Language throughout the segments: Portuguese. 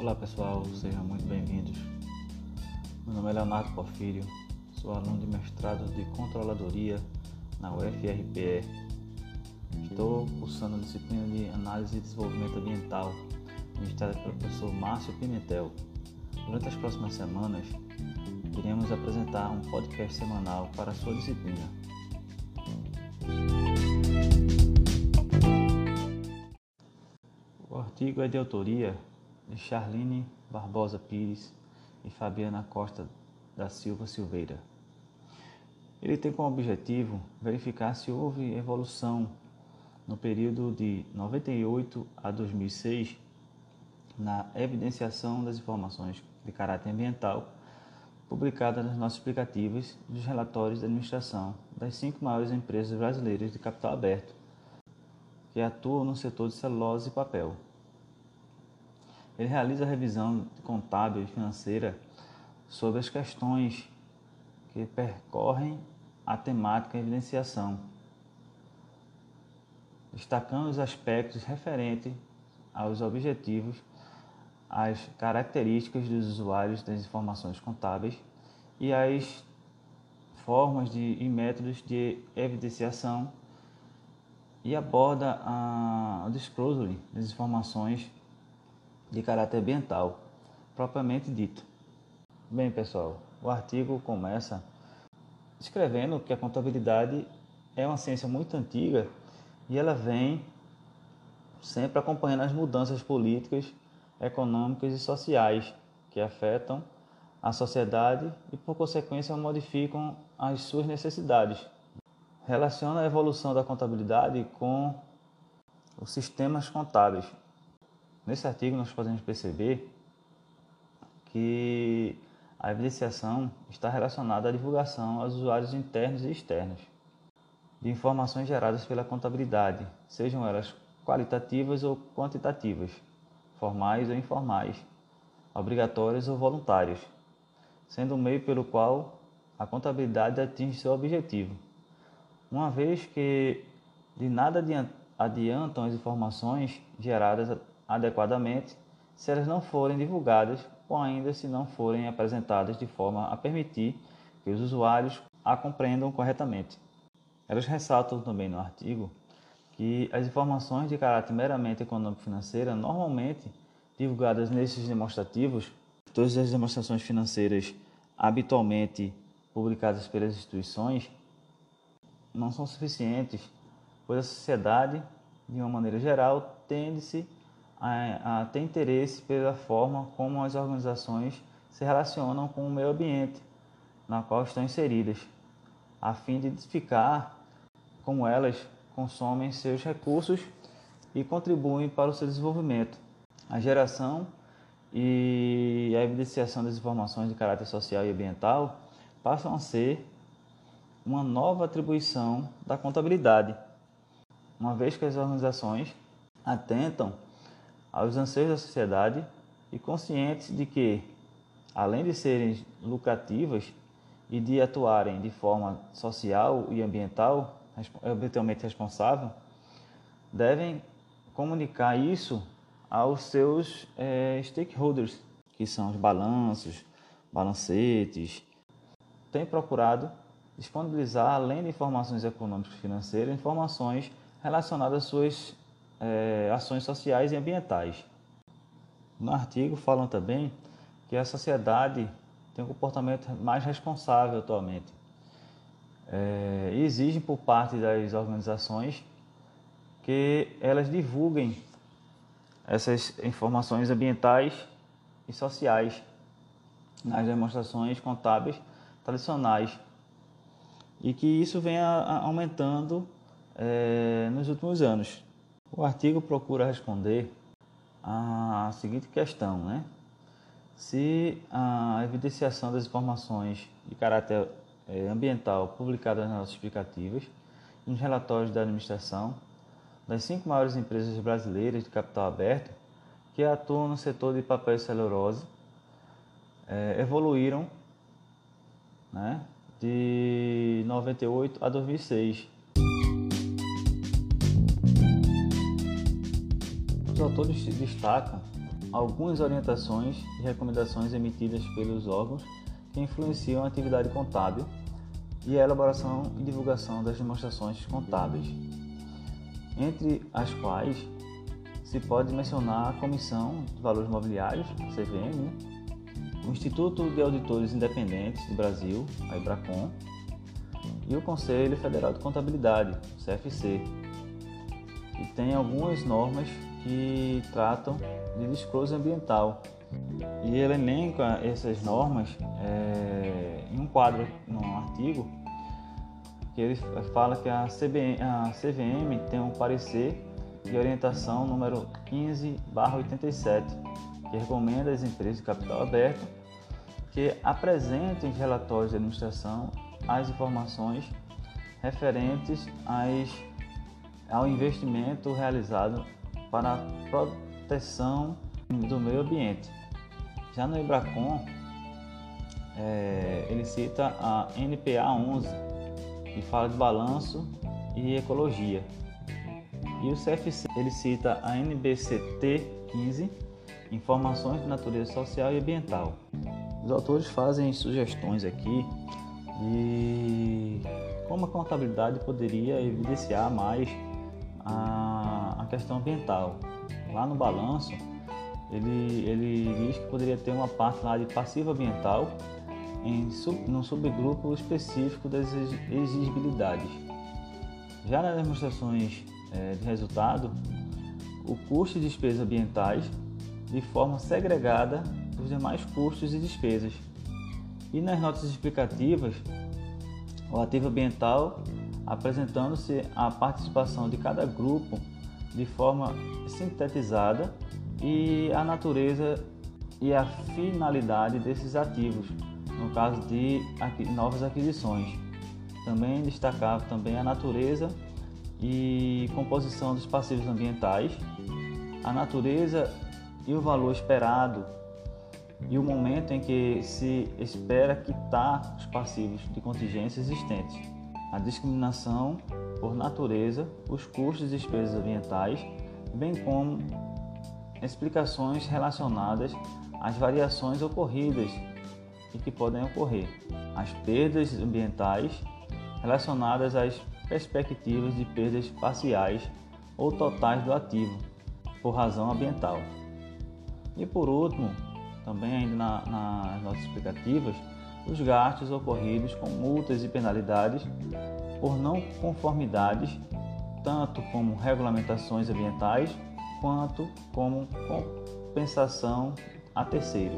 Olá pessoal, sejam muito bem-vindos. Meu nome é Leonardo Porfírio, sou aluno de mestrado de Controladoria na UFRPE. Estou cursando a disciplina de Análise e Desenvolvimento Ambiental, ministrada pelo professor Márcio Pimentel. Durante as próximas semanas, iremos apresentar um podcast semanal para a sua disciplina. O artigo é de autoria de Charline Barbosa Pires e Fabiana Costa da Silva Silveira. Ele tem como objetivo verificar se houve evolução no período de 98 a 2006 na evidenciação das informações de caráter ambiental publicadas nas notas explicativas dos relatórios de administração das 5 maiores empresas brasileiras de capital aberto que atuam no setor de celulose e papel. Ele realiza a revisão contábil e financeira sobre as questões que percorrem a temática evidenciação, destacando os aspectos referentes aos objetivos, às características dos usuários das informações contábeis e às formas e métodos de evidenciação, e aborda o disclosure das informações de caráter ambiental, propriamente dito. Bem, pessoal, o artigo começa descrevendo que a contabilidade é uma ciência muito antiga e ela vem sempre acompanhando as mudanças políticas, econômicas e sociais que afetam a sociedade e, por consequência, modificam as suas necessidades. Relaciona a evolução da contabilidade com os sistemas contábeis. Nesse artigo nós podemos perceber que a evidenciação está relacionada à divulgação aos usuários internos e externos de informações geradas pela contabilidade, sejam elas qualitativas ou quantitativas, formais ou informais, obrigatórios ou voluntários, sendo o meio pelo qual a contabilidade atinge seu objetivo. Uma vez que de nada adiantam as informações geradas adequadamente se elas não forem divulgadas ou ainda se não forem apresentadas de forma a permitir que os usuários a compreendam corretamente. Elas ressaltam também no artigo que as informações de caráter meramente econômico-financeiro, normalmente divulgadas nesses demonstrativos, todas as demonstrações financeiras habitualmente publicadas pelas instituições, não são suficientes, pois a sociedade, de uma maneira geral, tende-se a ter interesse pela forma como as organizações se relacionam com o meio ambiente na qual estão inseridas, a fim de identificar como elas consomem seus recursos e contribuem para o seu desenvolvimento. A geração e a evidenciação das informações de caráter social e ambiental passam a ser uma nova atribuição da contabilidade, uma vez que as organizações atentam aos anseios da sociedade e conscientes de que, além de serem lucrativas e de atuarem de forma social e ambientalmente responsável, devem comunicar isso aos seus stakeholders, que são os balanços, balancetes. Tem procurado disponibilizar, além de informações econômicas e financeiras, informações relacionadas às suas ações sociais e ambientais. No artigo falam também que a sociedade tem um comportamento mais responsável atualmente e exigem por parte das organizações que elas divulguem essas informações ambientais e sociais nas demonstrações contábeis tradicionais, e que isso venha aumentando nos últimos anos. O artigo procura responder a seguinte questão, Se a evidenciação das informações de caráter ambiental publicadas nas notas explicativas e nos relatórios da administração das 5 maiores empresas brasileiras de capital aberto que atuam no setor de papel e celulose evoluíram, de 98 a 2006. Os autores destacam algumas orientações e recomendações emitidas pelos órgãos que influenciam a atividade contábil e a elaboração e divulgação das demonstrações contábeis, entre as quais se pode mencionar a Comissão de Valores Mobiliários, a CVM, né? O Instituto de Auditores Independentes do Brasil, a IBRACON, e o Conselho Federal de Contabilidade, o CFC, e tem algumas normas que tratam de disclosure ambiental. E ele elenca essas normas em um quadro, num artigo, que ele fala que a CVM tem um parecer de orientação número 15/87, que recomenda às empresas de capital aberto que apresentem os relatórios de administração as informações referentes ao investimento realizado para a proteção do meio ambiente. Já no IBRACON, ele cita a NPA 11, que fala de balanço e ecologia. E o CFC, ele cita a NBCT 15, informações de natureza social e ambiental. Os autores fazem sugestões aqui de como a contabilidade poderia evidenciar mais a questão ambiental. Lá no balanço, ele diz que poderia ter uma parte lá de passivo ambiental num subgrupo específico das exigibilidades. Já nas demonstrações de resultado, o custo e despesas ambientais de forma segregada dos demais custos e despesas. E nas notas explicativas, o ativo ambiental apresentando-se a participação de cada grupo de forma sintetizada e a natureza e a finalidade desses ativos, no caso de novas aquisições. Também destacava também a natureza e composição dos passivos ambientais, a natureza e o valor esperado e o momento em que se espera quitar os passivos de contingência existentes, a discriminação por natureza, os custos e despesas ambientais, bem como explicações relacionadas às variações ocorridas e que podem ocorrer, as perdas ambientais relacionadas às perspectivas de perdas parciais ou totais do ativo por razão ambiental. E por último, também ainda nas notas explicativas, os gastos ocorridos com multas e penalidades por não conformidades, tanto como regulamentações ambientais, quanto como compensação a terceiros.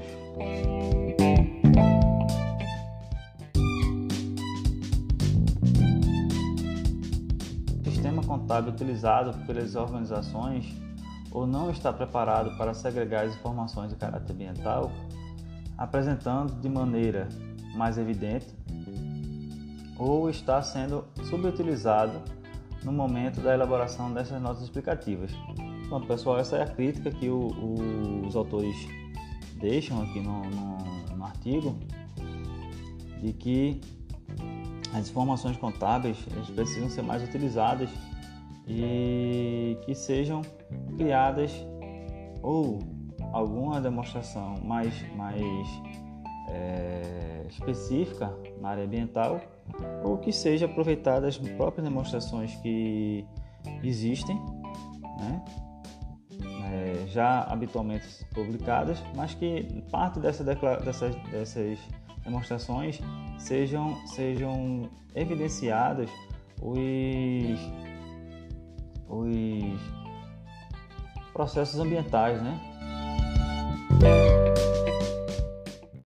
O sistema contábil utilizado pelas organizações ou não está preparado para segregar as informações de caráter ambiental, apresentando de maneira mais evidente, ou está sendo subutilizado no momento da elaboração dessas notas explicativas. Bom, pessoal, essa é a crítica que os autores deixam aqui no artigo, de que as informações contábeis precisam ser mais utilizadas e que sejam criadas ou alguma demonstração mais específica na área ambiental, ou que seja aproveitada as próprias demonstrações que existem, né? Já habitualmente publicadas, mas que parte dessas demonstrações sejam evidenciadas os processos ambientais, né?